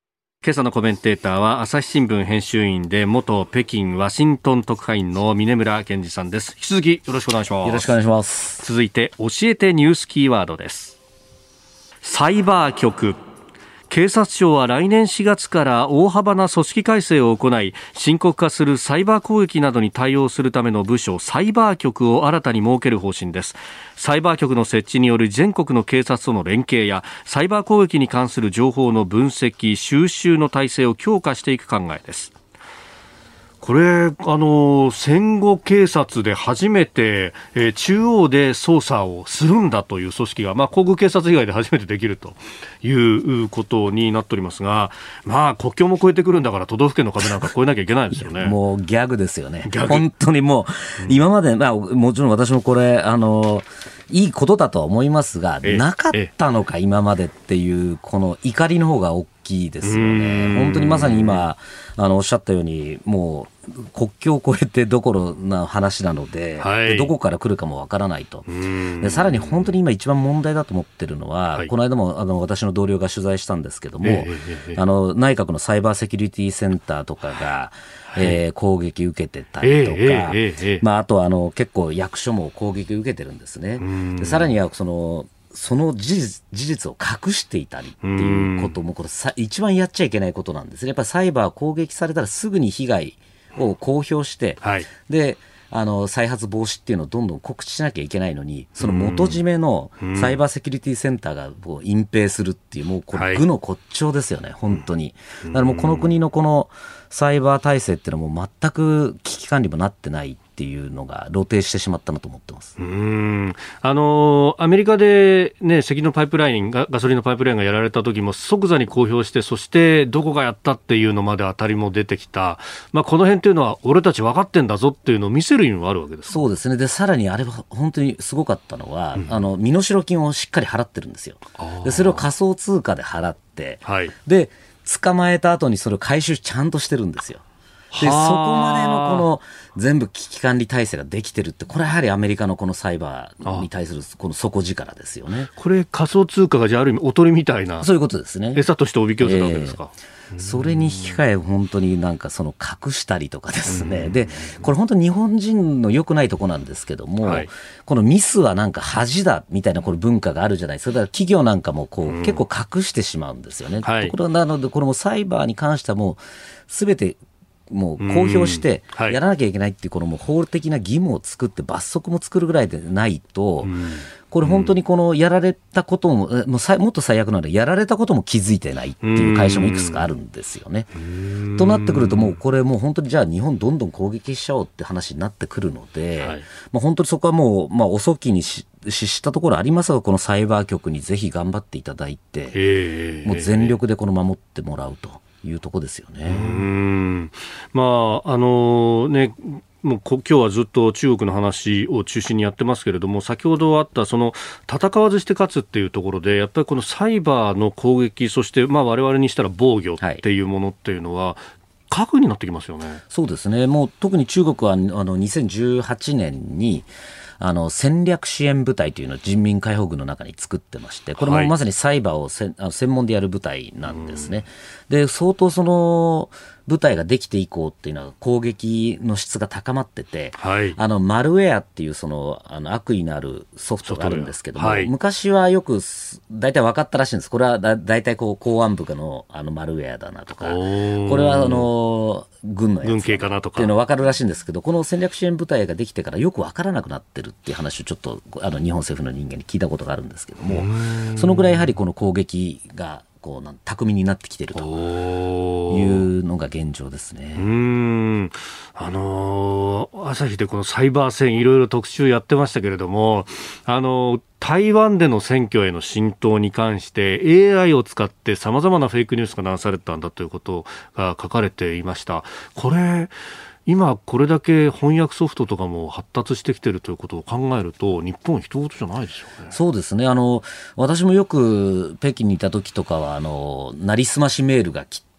今朝のコメンテーターは朝日新聞編集員で元北京ワシントン特派員の峰村健二さんです。引き続きよろしくお願いします。 よろしくお願いします。 続いて教えてニュースキーワードです。サイバー局。警察庁は来年しがつから大幅な組織改正を行い、深刻化するサイバー攻撃などに対応するための部署サイバー局を新たに設ける方針です。サイバー局の設置による全国の警察との連携やサイバー攻撃に関する情報の分析収集の体制を強化していく考えです。これあの戦後警察で初めて、えー、中央で捜査をするんだという組織が、まあ、皇宮警察以外で初めてできるということになっておりますが、まあ、国境も越えてくるんだから都道府県の壁なんか越えなきゃいけないですよね。 もうギャグですよね。本当にもう、うん、今まで、まあ、もちろん私もこれあのいいことだとは思いますが、なかったのか今までっていうこの怒りの方が大きいですよね。本当にまさに今あのおっしゃったようにもう国境を越えてどころな話なので、はい、でどこから来るかもわからないと。でさらに本当に今一番問題だと思ってるのは、はい、この間もあの私の同僚が取材したんですけども、えー、あの内閣のサイバーセキュリティセンターとかが、はいえー、攻撃受けてたりとか、えーえーまあ、あとはあの結構役所も攻撃受けてるんですね。でさらにはそのその事実、事実を隠していたりっていうこともこれさ一番やっちゃいけないことなんですね。やっぱりサイバー攻撃されたらすぐに被害を公表して、はい、であの再発防止っていうのをどんどん告知しなきゃいけないのに、その元締めのサイバーセキュリティセンターがこう隠蔽するっていう、もうこれ愚の骨頂ですよね、はい、本当に。だからもうこの国のこのサイバー体制っていうのはもう全く危機管理もなってないっていうのが露呈してしまったなと思ってます。 うーんあのアメリカで、ね、石油のパイプラインガ、ガソリンのパイプラインがやられた時も即座に公表して、そしてどこがやったっていうのまで当たりも出てきた、まあ、この辺っていうのは俺たち分かってんだぞっていうのを見せる意味もあるわけです。 そうですね。でさらにあれは本当にすごかったのは、うん、あの身代金をしっかり払ってるんですよ。でそれを仮想通貨で払って、はい、で捕まえた後にそれを回収ちゃんとしてるんですよ。でそこまでのこの全部危機管理体制ができてるって、これはやはりアメリカのこのサイバーに対するこの底力ですよね。 これ仮想通貨がじゃあある意味おとりみたいな、 そういうことですね。 餌としておびき寄せたわけですか。 えー、それに引き換え本当になんかその隠したりとかですね。でこれ本当に日本人の良くないとこなんですけども、はい、このミスはなんか恥だみたいなこの文化があるじゃないですか。だから企業なんかもこう、うん、結構隠してしまうんですよね。はい、ところなのでこれもサイバーに関してはもう全てもう公表してやらなきゃいけないっていうこのもう法的な義務を作って罰則も作るぐらいでないと、これ本当にこのやられたことも、もうさもっと最悪なのでやられたことも気づいてないっていう会社もいくつかあるんですよね。となってくるともうこれもう本当にじゃあ日本どんどん攻撃しちゃおうって話になってくるので、はい、まあ、本当にそこはもう、まあ、遅きにし失したところありますが、このサイバー局にぜひ頑張っていただいて、もう全力でこの守ってもらうというところですよね。うーん、まああのね、もう今日はずっと中国の話を中心にやってますけれども、先ほどあったその戦わずして勝つっていうところで、やっぱりこのサイバーの攻撃、そしてまあ我々にしたら防御っていうものっていうのは、はい、核になってきますよね。 そうですね。もう特に中国はあのにせんじゅうはちねんにあの戦略支援部隊というのを人民解放軍の中に作ってまして、これもまさにサイバーをせ、はい、専門でやる部隊なんですね。で相当その部隊ができて以降っていうのは攻撃の質が高まってて、はい、あのマルウェアっていうそのあの悪意のあるソフトがあるんですけども、はい、昔はよく大体分かったらしいんです。これはだ大体こう公安部のあのマルウェアだなとか、これはあの軍のやつ軍系かなとかっていうの分かるらしいんですけど、この戦略支援部隊ができてからよく分からなくなってるっていう話をちょっとあの日本政府の人間に聞いたことがあるんですけども、そのぐらいやはりこの攻撃がこうなん巧みになってきているというのが現状ですね。 うーん、あのー、朝日でこのサイバー戦いろいろ特集やってましたけれども、あのー、台湾での選挙への浸透に関して エーアイ を使って様々なフェイクニュースがなされたんだということが書かれていました。これ今これだけ翻訳ソフトとかも発達してきているということを考えると、日本は一言じゃないですよね。 そうですね。あの私もよく北京にいた時とかはあのなりすましメールが来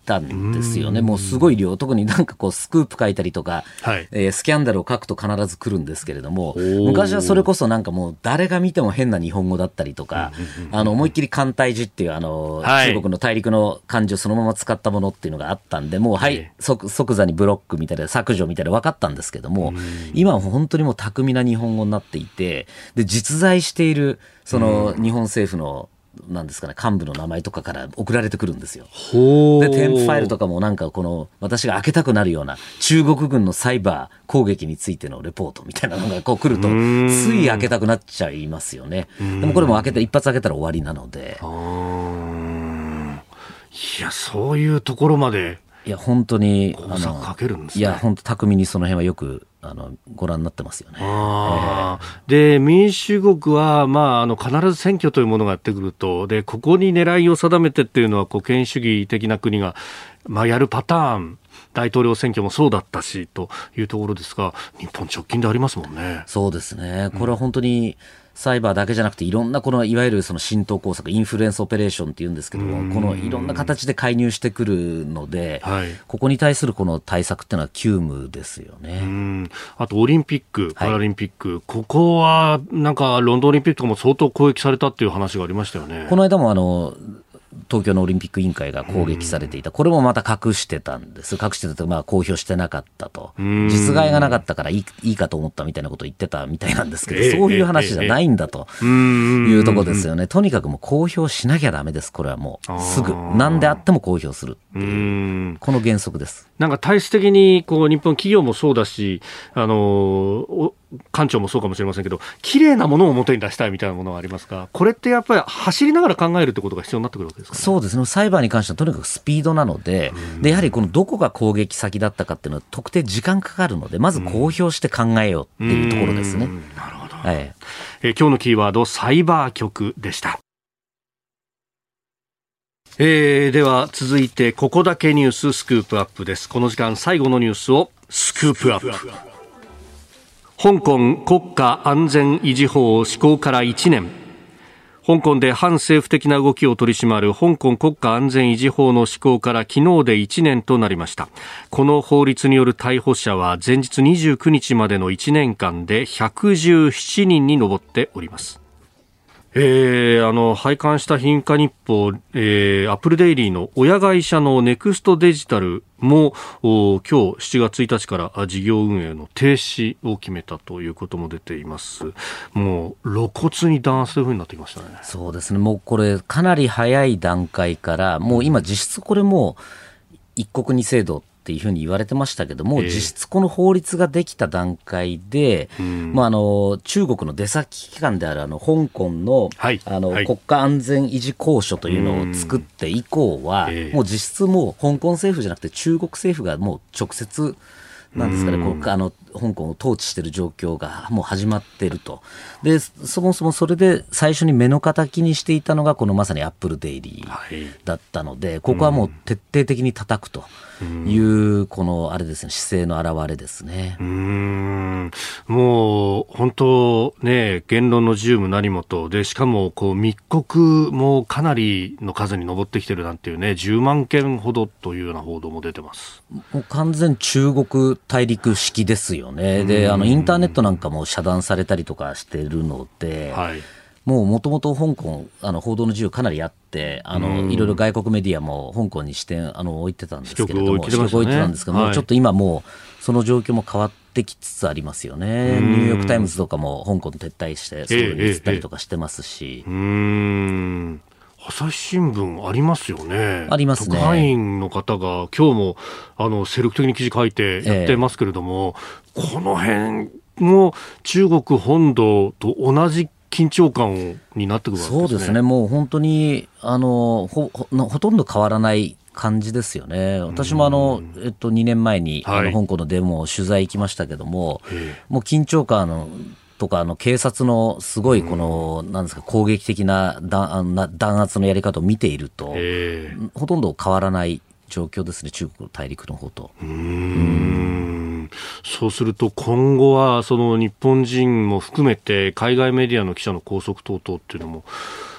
たんですよね。もうすごい量、特になんかこうスクープ書いたりとか、はいえー、スキャンダルを書くと必ず来るんですけれども、昔はそれこそなんかもう誰が見ても変な日本語だったりとか、あの思いっきり簡体字っていうあの、はい、中国の大陸の漢字をそのまま使ったものっていうのがあったんで、もうはい、即, 即座にブロックみたいな削除みたいな分かったんですけども、今は本当にもう巧みな日本語になっていて、で実在しているその日本政府のなんですかね、幹部の名前とかから送られてくるんですよ。で添付ファイルとかもなんかこの私が開けたくなるような中国軍のサイバー攻撃についてのレポートみたいなのがこう来るとつい開けたくなっちゃいますよね。でもこれも開けて一発開けたら終わりなので、 いやそういうところまでいや本当に工作かけるんですね。 いや本当巧みにその辺はよくあのご覧になってますよね。 あ、えー、で民主国は、まあ、あの必ず選挙というものがやってくると、でここに狙いを定めてっていうのはこう権威主義的な国が、まあ、やるパターン、大統領選挙もそうだったしというところですが、日本直近でありますもんね。 そうですね、これは本当に、うんサイバーだけじゃなくていろんなこのいわゆるその浸透工作インフルエンスオペレーションっていうんですけども、このいろんな形で介入してくるので、はい、ここに対するこの対策っていうのは急務ですよね。 うんあとオリンピックパラリンピック、はい、ここはなんかロンドンオリンピックとかも相当攻撃されたっていう話がありましたよね。 この間もあの東京のオリンピック委員会が攻撃されていた、これもまた隠してたんです。隠してたと、まあ公表してなかったと、実害がなかったからいい、いいかと思ったみたいなことを言ってたみたいなんですけど、えー、そういう話じゃないんだというところですよね。とにかくもう公表しなきゃダメです。これはもうすぐ何であっても公表するっていう、この原則です。 なんか体質的にこう日本企業もそうだし、あの官庁もそうかもしれませんけど、綺麗なものを表に出したいみたいなものがありますが、これってやっぱり走りながら考えるってことが必要になってくるわけですかね。 そうですね。サイバーに関してはとにかくスピードなので、でやはりこのどこが攻撃先だったかっていうのは特定時間かかるので、まず公表して考えようっていうところですね。 なるほど、 はいえー、今日のキーワードサイバー局でした。えー、では続いてここだけニューススクープアップです。この時間最後のニュースをスクープアップ。香港国家安全維持法施行からいちねん。香港で反政府的な動きを取り締まる香港国家安全維持法の施行から昨日でいちねんとなりました。この法律による逮捕者は前日にじゅうくにちまでのいちねんかんでひゃくじゅうななにんに上っております。えー、あの廃刊した貧化日報、えー、アップルデイリーの親会社のネクストデジタルも今日しちがつついたちから事業運営の停止を決めたということも出ています。もう露骨に弾圧というふうになってきましたね。 そうですね。もうこれかなり早い段階からもう今実質これも一国二制度っていうふうに言われてましたけども、実質この法律ができた段階で、えーまあ、あの中国の出先機関であるあの香港の、はい、あのはい、国家安全維持公署というのを作って以降は、えー、もう実質もう香港政府じゃなくて中国政府がもう直接なんですかね、こうあの香港を統治している状況がもう始まっていると。でそもそもそれで最初に目の敵にしていたのがこのまさにアップルデイリーだったので、はい、ここはもう徹底的に叩くというこのあれですね、姿勢の表れですね。 うーんもう本当ね、言論の自由も何もとで、しかもこう密告もかなりの数に上ってきてるなんていうね、じゅうまんけんほどというような報道も出てます。 もう完全中国大陸式ですよね。であのインターネットなんかも遮断されたりとかしてるので、はい、もうもともと香港あの報道の自由かなりあって、あのいろいろ外国メディアも香港に視点あの置いてたんですけれども、支局置いてたんですけども、はい、ちょっと今もうその状況も変わってきつつありますよね。ニューヨークタイムズとかも香港撤退してソウルに移ったりとかしてますし、 えーえー、うーん朝日新聞ありますよね。 ありますね。 特派員の方が今日もあの精力的に記事書いてやってますけれども、えー、この辺も中国本土と同じ緊張感になってくるわけですね。 そうですね。もう本当にあの ほ, ほ, ほとんど変わらない感じですよね。私もあの、えっと、にねんまえに、はい、あの香港のデモを取材行きましたけども、もう緊張感のとかあの警察のすごいこの、うん、なんですか攻撃的な弾圧のやり方を見ていると、ほとんど変わらない状況ですね、中国大陸の方と。 うーんうんそうすると今後はその日本人も含めて海外メディアの記者の拘束等々っていうのも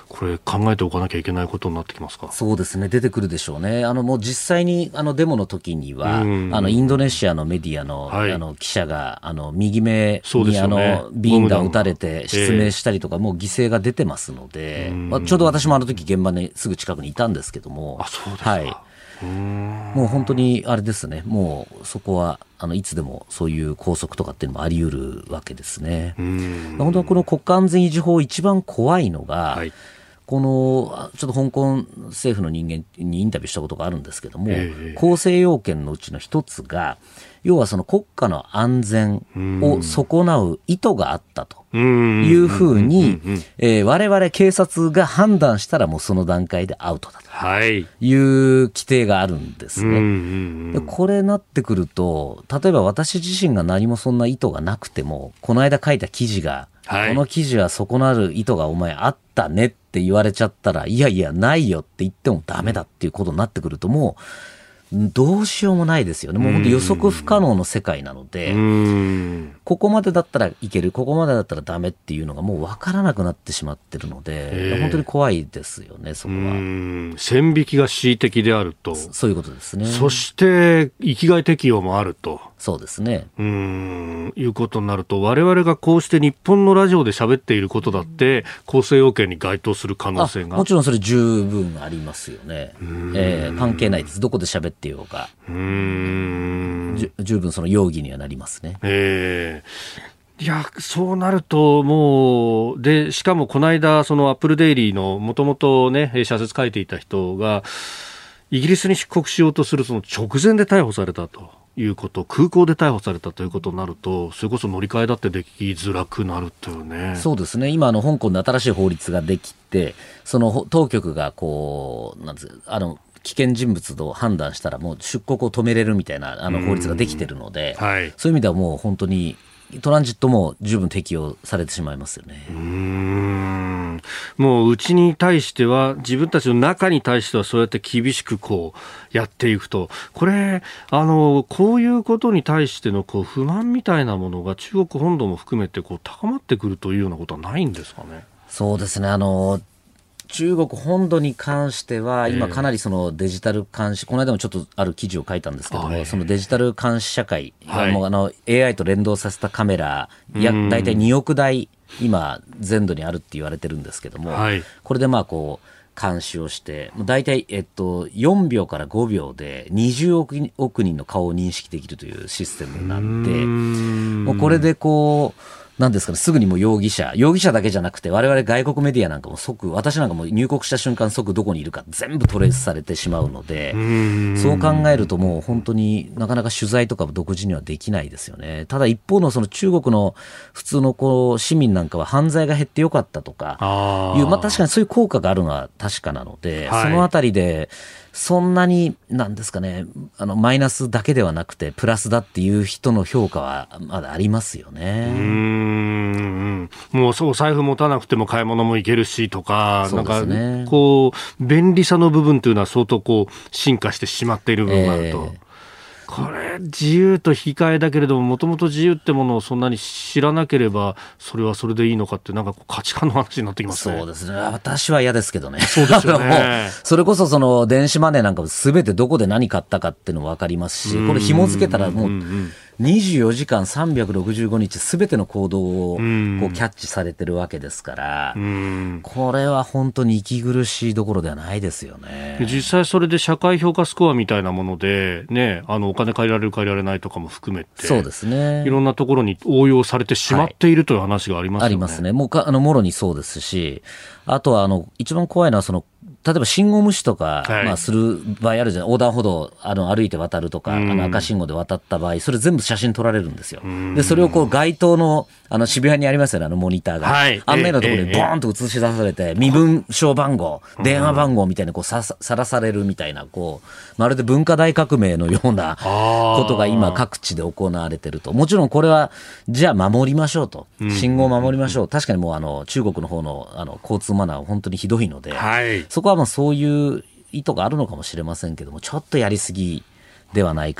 これ考えておかなきゃいけないことになってきますか。 そうですね、出てくるでしょうね。あのもう実際にあのデモの時には、うん、あのインドネシアのメディアの、はい、あの記者があの右目に、ね、あのビーン弾撃たれて失明したりとか、えー、もう犠牲が出てますので、まあ、ちょうど私もあの時現場にすぐ近くにいたんですけども、 あ、そうですか、 はい、もう本当にあれですね、もうそこはあのいつでもそういう拘束とかっていうのもあり得るわけですね。本当はこの国家安全維持法一番怖いのが、はい、このちょっと香港政府の人間にインタビューしたことがあるんですけども、えー、構成要件のうちの一つが、要はその国家の安全を損なう意図があったというふうに、えー、我々警察が判断したらもうその段階でアウトだという規定があるんですね。でこれなってくると、例えば私自身が何もそんな意図がなくても、この間書いた記事が、はい、この記事は損なる意図がお前あったねって言われちゃったら、いやいやないよって言ってもダメだっていうことになってくると、もうどうしようもないですよね。もう本当予測不可能の世界なので、ここまでだったらいける、ここまでだったらダメっていうのがもう分からなくなってしまってるので、本当に怖いですよね、そこは。 線引きが恣意的であると。 そういうことですね。 そして生きがい適用もあると。 そうですね。 うーん、いうことになると、我々がこうして日本のラジオで喋っていることだって構成要件に該当する可能性が。 もちろんそれ十分ありますよね。えー、関係ないです。どこで喋ってようか。うーん、じゅ十分その容疑にはなりますね。 えーいや、そうなるともうで、しかもこの間そのアップルデイリーのもともとね社説書いていた人がイギリスに出国しようとするその直前で逮捕されたということ、空港で逮捕されたということになると、それこそ乗り換えだってできづらくなるというね。 そうですね。今あの香港で新しい法律ができて、その当局がこうなんつうあの危険人物と判断したらもう出国を止めれるみたいなあの法律ができてるので、はい、そういう意味ではもう本当にトランジットも十分適用されてしまいますよね。 うーん、もううちに対しては、自分たちの中に対してはそうやって厳しくこうやっていくと、これあのこういうことに対してのこう不満みたいなものが中国本土も含めてこう高まってくるというようなことはないんですかね。 そうですね。あの中国本土に関しては今かなりそのデジタル監視、この間もちょっとある記事を書いたんですけども、そのデジタル監視社会、はい、もうあの エーアイ と連動させたカメラやだいたいにおくだい今全土にあるって言われてるんですけども、はい、これでまあこう監視をしてだいたいえっとよんびょうからごびょうでにじゅうおくにんの顔を認識できるというシステムなんで、もうこれでこうなんですかね、すぐにもう容疑者、容疑者だけじゃなくて我々外国メディアなんかも即、私なんかも入国した瞬間即どこにいるか全部トレースされてしまうので、そう考えるともう本当になかなか取材とか独自にはできないですよね。ただ一方のその中国の普通のこう市民なんかは犯罪が減ってよかったとかいう、まあ確かにそういう効果があるのは確かなので、はい、そのあたりでそんなになんですかね、あのマイナスだけではなくてプラスだっていう人の評価はまだありますよね。 うーん、もうそう財布持たなくても買い物も行けるしとか、 そうですね、 なんかこう便利さの部分というのは相当こう進化してしまっている部分があると、えーこれ自由と引き換えだけれども、もともと自由ってものをそんなに知らなければそれはそれでいいのかって、なんかこう価値観の話になってきますね。 そうですね。私は嫌ですけどね。 そうですよね。 それこそその電子マネーなんかも全てどこで何買ったかっていうのも分かりますし、これ紐付けたらもうにじゅうよじかんさんびゃくろくじゅうごにち全ての行動をこうキャッチされてるわけですから、これは本当に息苦しいどころではないですよね。 実際それで社会評価スコアみたいなもので、ね、あのお金借りられる借りられないとかも含めて、 そうですね、 いろんなところに応用されてしまっているという話がありますよね。 ありますね。もうかあのもろにそうですし、あとはあの一番怖いのはその例えば信号無視とか、はい、まあ、する場合あるじゃない、横断歩道あの歩いて渡るとか、あの赤信号で渡った場合、それ全部写真撮られるんですよ。でそれをこう街頭のあの渋谷にありますよね、あのモニターが、はい、あんなようなところにボーンと映し出されて、身分証番号、電話番号みたいなこうささらされるみたいな、こうまるで文化大革命のようなことが今各地で行われていると。もちろんこれはじゃあ守りましょうと、信号を守りましょう、確かにもうあの中国の方のあの交通マナーは本当にひどいので、はい、そこはまあそういう意図があるのかもしれませんけども、ちょっとやりすぎではないかと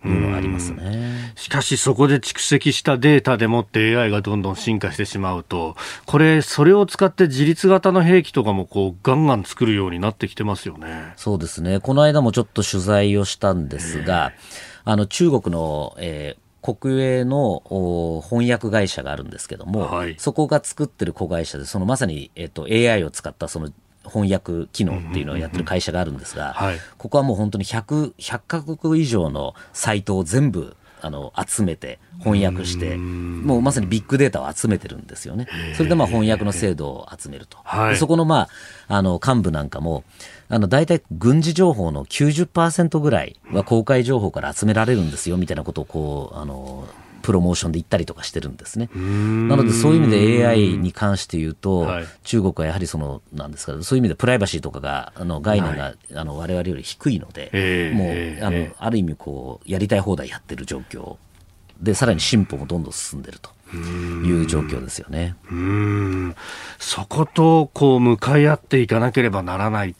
いうのがありますね。 しかしそこで蓄積したデータでもって エーアイ がどんどん進化してしまうと、これそれを使って自律型の兵器とかもこうガンガン作るようになってきてますよね。 そうですね。この間もちょっと取材をしたんですが、あの中国の、えー国営の翻訳会社があるんですけども、はい、そこが作ってる子会社で、そのまさに、えっと、エーアイ を使ったその翻訳機能っていうのをやってる会社があるんですが、ここはもう本当にひゃく、ひゃっカ国以上のサイトを全部あの集めて翻訳して、もうまさにビッグデータを集めてるんですよね。それでまあ翻訳の精度を集めると、はい、でそこのまああの幹部なんかもあの大体軍事情報の きゅうじゅっパーセント ぐらいは公開情報から集められるんですよみたいなことをこうあのプロモーションで言ったりとかしてるんですね。なのでそういう意味で エーアイ に関して言うと、はい、中国はやはりそのなんですか、そういう意味でプライバシーとかがあの概念が、はい、あの我々より低いので、えー、もう、えー、あのある意味こうやりたい放題やってる状況で、さらに進歩もどんどん進んでるという状況ですよね。 うーん、そことこう向かい合っていかなければならないって、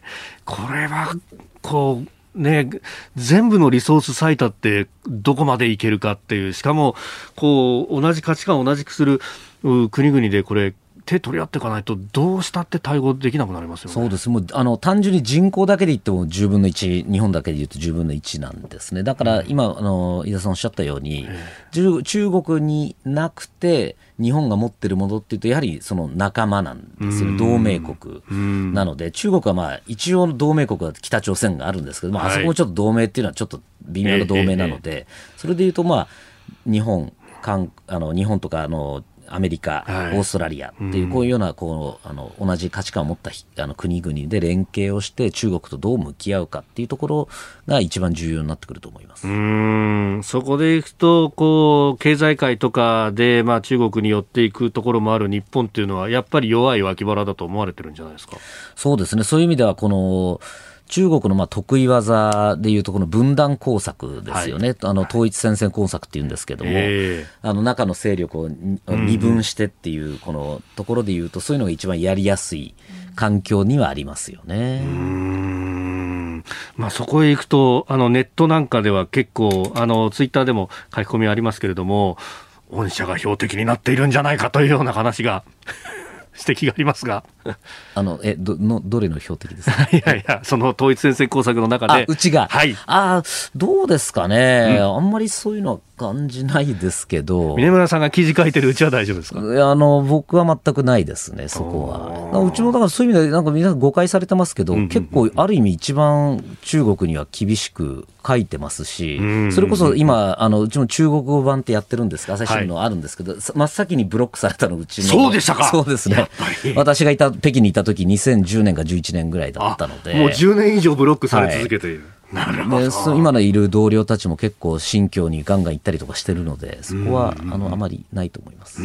これはこうね、全部のリソース割いたってどこまでいけるかっていう、しかもこう同じ価値観を同じくする国々でこれ手取り合っていかないとどうしたって対応できなくなりますよね。 そうです。もうあの単純に人口だけで言ってもじゅうぶんのいち、日本だけで言うとじゅうぶんのいちなんですね。だから今、うん、あの井田さんおっしゃったように、中, 中国になくて日本が持ってるものっていうとやはりその仲間なんですよね。同盟国なので、中国はまあ一応の同盟国は北朝鮮があるんですけど、まあ、あそこもちょっと同盟っていうのはちょっと微妙な同盟なので、それでいうとまあ日本、韓あの日本とかあのアメリカ、はい、オーストラリアっていうこういうようなこうあの同じ価値観を持ったあの国々で連携をして中国とどう向き合うかっていうところが一番重要になってくると思います。 うーん、そこでいくとこう経済界とかで、まあ、中国に寄っていくところもある日本っていうのはやっぱり弱い脇腹だと思われてるんじゃないですか。 そうですね。そういう意味ではこの中国のまあ得意技でいうとこの分断工作ですよね、はい、あの統一戦線工作っていうんですけども、えー、あの中の勢力を二分してっていうこのところでいうと、そういうのが一番やりやすい環境にはありますよね。 うーん、まあ、そこへ行くとあのネットなんかでは結構あのツイッターでも書き込みありますけれども、御社が標的になっているんじゃないかというような話が指摘がありますがあのえ ど, のどれの標的ですか。 いやいや、その統一戦線工作の中で、 あうちが、 はい、 あどうですかね、うん、あんまりそういうのは感じないですけど。 峰村さんが記事書いてるうちは大丈夫ですか。 あの僕は全くないですね、そこは。うちもだからそういう意味でなんか皆さん誤解されてますけど、うんうんうん、結構ある意味一番中国には厳しく書いてますし、うんうんうん、それこそ今あのうちも中国語版ってやってるんですが、朝日新聞のあるんですけど、はい、真っ先にブロックされたのうちの。 そうでしたか。 そうですね。私がいた北京にいた時にせんじゅうねんかじゅういちねんぐらいだったので、 もうじゅうねん以上ブロックされ続けている、はい、なるほど。 で今のいる同僚たちも結構新疆にガンガン行ったりとかしてるので、そこはあのあまりないと思います。 うん、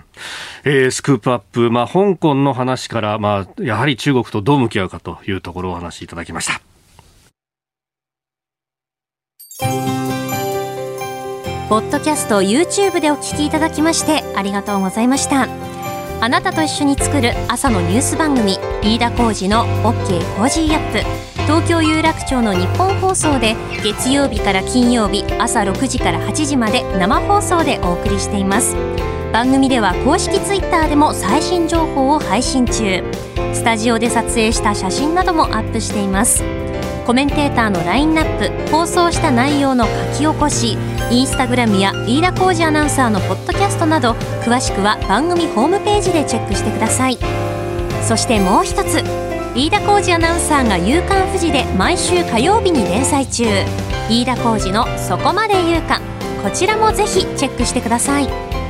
えー、スクープアップ、まあ、香港の話から、まあ、やはり中国とどう向き合うかというところをお話しいただきました。 ポッドキャスト YouTube でお聞きいただきましてありがとうございました。あなたと一緒に作る朝のニュース番組、飯田浩司の OK コージーアップ、東京有楽町の日本放送で月曜日から金曜日朝ろくじからはちじまで生放送でお送りしています。番組では公式ツイッターでも最新情報を配信中。スタジオで撮影した写真などもアップしています。コメンテーターのラインナップ、放送した内容の書き起こし、インスタグラムや飯田浩司アナウンサーのポッドキャストなど、詳しくは番組ホームページでチェックしてください。そしてもう一つ、飯田浩司アナウンサーが夕刊フジで毎週火曜日に連載中、飯田浩司のそこまで言うか、こちらもぜひチェックしてください。